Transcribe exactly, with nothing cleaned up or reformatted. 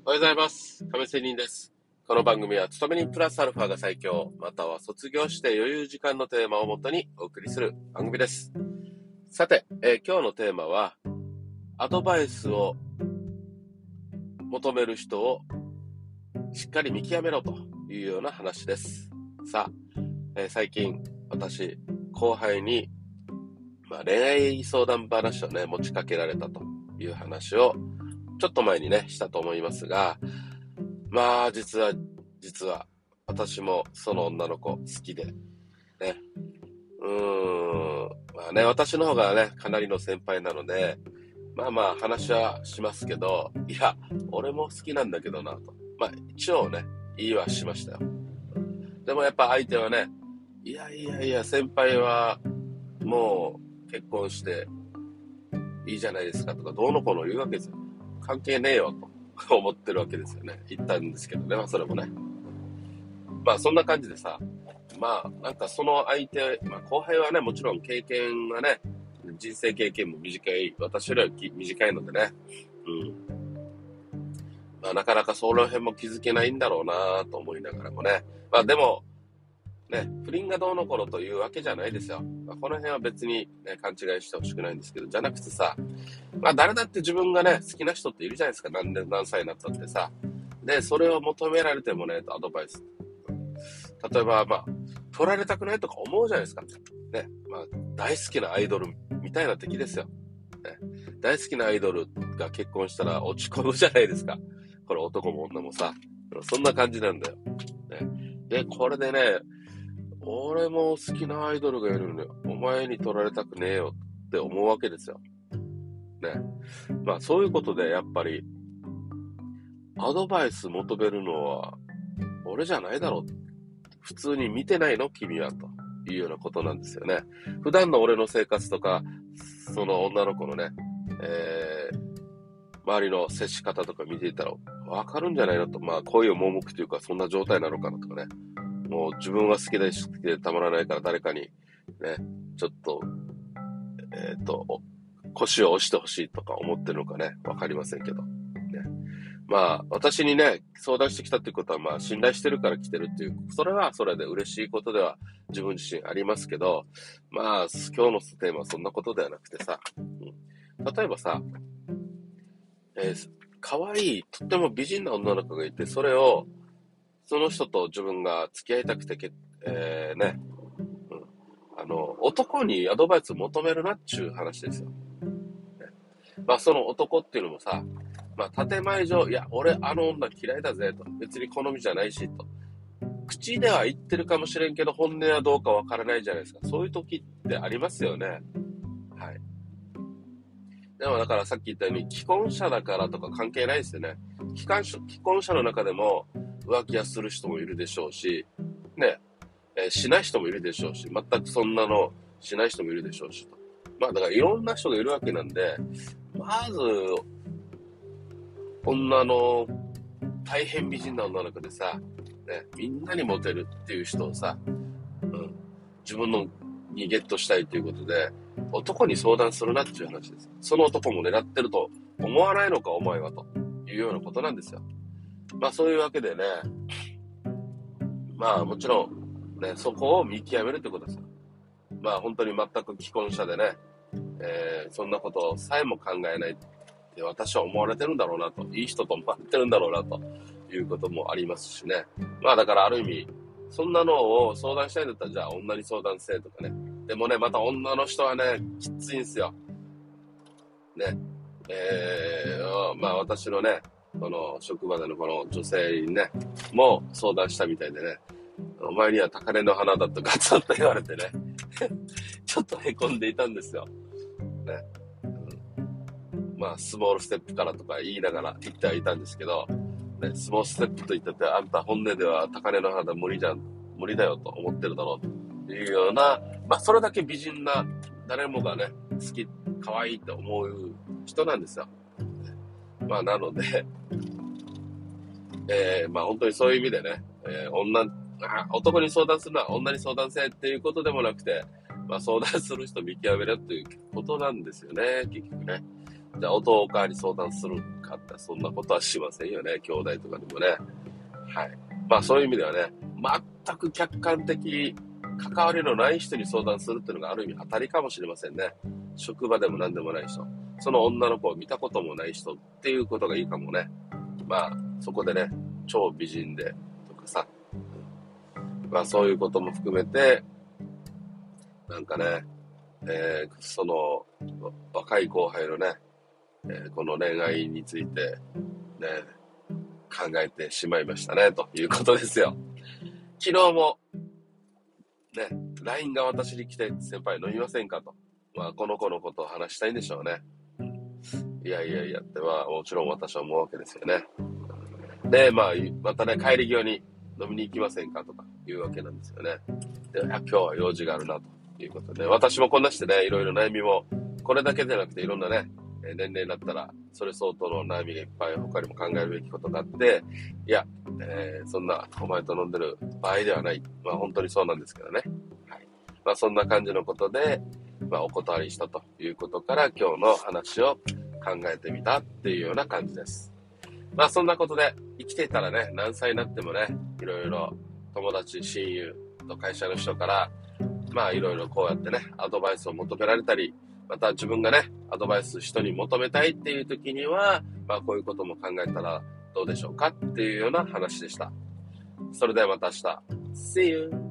おはようございます。亀仙人です。この番組は勤め人プラスアルファが最強、または卒業して余裕時間のテーマをもとにお送りする番組です。さて、えー、今日のテーマはアドバイスを求める人をしっかり見極めろというような話です。さあ、えー、最近私後輩に、まあ、恋愛相談話をね持ちかけられたという話をちょっと前にねしたと思いますが、まあ実は実は私もその女の子好きでね、うーんまあね私の方がねかなりの先輩なので、まあまあ話はしますけど、いや俺も好きなんだけどなと、まあ一応ね言いはしましたよ。でもやっぱ相手はね、いやいやいや先輩はもう結婚していいじゃないですかとかどうのこうの言うわけですよ。関係ねえよと思ってるわけですよね。言ったんですけどね、まあそれもね。まあそんな感じでさ、まあなんかその相手、まあ後輩はね、もちろん経験がね、人生経験も短い、私よりは短いのでね、うん。まあなかなかその辺も気づけないんだろうなと思いながらもね。まあでも、ね、不倫がどうの頃というわけじゃないですよ。まあ、この辺は別に、ね、勘違いしてほしくないんですけど、じゃなくてさ、まあ誰だって自分がね、好きな人っているじゃないですか。何年何歳になったってさ。で、それを求められてもね、アドバイス。例えば、まあ、取られたくないとか思うじゃないですか。ね、まあ、大好きなアイドルみたいな敵ですよ。ね、大好きなアイドルが結婚したら落ち込むじゃないですか。これ男も女もさ。そんな感じなんだよ。ね、で、これでね、俺も好きなアイドルがいるのに、お前に取られたくねえよって思うわけですよ。ね。まあそういうことでやっぱり、アドバイス求めるのは、俺じゃないだろう。普通に見てないの君はというようなことなんですよね。普段の俺の生活とか、その女の子のね、えー、周りの接し方とか見ていたらわかるんじゃないのと。まあ恋を盲目というかそんな状態なのかなとかね。もう自分は好きで好きでたまらないから誰かにね、ちょっと、えっと、腰を押してほしいとか思ってるのかね、わかりませんけど。ね、まあ、私にね、相談してきたっていうことは、まあ、信頼してるから来てるっていう、それはそれで嬉しいことでは自分自身ありますけど、まあ、今日のテーマはそんなことではなくてさ、うん、例えばさ、えー、可愛い、とっても美人な女の子がいて、それを、その人と自分が付き合いたくてけ、えー、ね、うん、あの、男にアドバイスを求めるなっていう話ですよ。ね、まあ、その男っていうのもさ、まあ、建前上、いや、俺あの女嫌いだぜと、別に好みじゃないしと、口では言ってるかもしれんけど、本音はどうかわからないじゃないですか。そういう時ってありますよね。はい。でもだからさっき言ったように、既婚者だからとか関係ないですよね。既婚者、既婚者の中でも浮気はする人もいるでしょうし、ね、えー、しない人もいるでしょうし、全くそんなのしない人もいるでしょうしと。まあだからいろんな人がいるわけなんで、まず、女の大変美人な女の子でさ、ね、みんなにモテるっていう人をさ、うん、自分のにゲットしたいということで、男に相談するなっていう話です。その男も狙ってると思わないのかお前はというようなことなんですよ。まあそういうわけでね、まあもちろんね、そこを見極めるってことですよ。まあ本当に全く既婚者でね、えー、そんなことさえも考えないって私は思われてるんだろうなと、いい人と思われてるんだろうなということもありますしね。まあだからある意味、そんなのを相談したいんだったら、じゃあ女に相談せとかね。でもね、また女の人はね、きついんですよ。ね。えー、まあ私のね、この職場でのこの女性にね、もう相談したみたいでね、お前には高嶺の花だとガツンと言われてね、ちょっと凹んでいたんですよ。ね。まあ、スモールステップからとか言いながら言ってはいたんですけど、ね、スモールステップと言ってて、あんた本音では高嶺の花無理じゃん、無理だよと思ってるだろうというような、まあ、それだけ美人な、誰もがね、好き、可愛いって思う人なんですよ。まあ、なので、えー、まあ、本当にそういう意味でね、えー、女、あ、男に相談するのは女に相談せっていうことでもなくて、まあ、相談する人見極めるということなんですよね、結局ね。じゃあ、男に相談するかってそんなことはしませんよね。兄弟とかでもね。はい。まあそういう意味ではね、全く客観的、関わりのない人に相談するっていうのがある意味当たりかもしれませんね。職場でも何でもない人。その女の子を見たこともない人っていうことがいいかもね。まあそこでね、超美人でとかさ。まあそういうことも含めて、なんかね、えー、その若い後輩のね、えー、この恋愛についてね、考えてしまいましたね、ということですよ。昨日もね、ライン が私に来て、先輩飲みませんかと。まあこの子のことを話したいんでしょうね。いやいやいやってはもちろん私は思うわけですよね。で、まあまたね、帰り際に飲みに行きませんかとか言うわけなんですよね。で、今日は用事があるなということで、私もこんなしてね、いろいろ悩みも、これだけでなくていろんなね、年齢になったら、それ相当の悩みがいっぱい他にも考えるべきことがあって、いや、えー、そんなお前と飲んでる場合ではない。まあ本当にそうなんですけどね。はい。まあそんな感じのことで、まあお断りしたということから今日の話を考えてみたっていうような感じです。まあそんなことで生きていたらね、何歳になってもね、いろいろ友達、親友と会社の人から、まあいろいろこうやってね、アドバイスを求められたり、また自分がね、アドバイス人に求めたいっていう時には、まあこういうことも考えたらどうでしょうかっていうような話でした。それではまた明日。See you!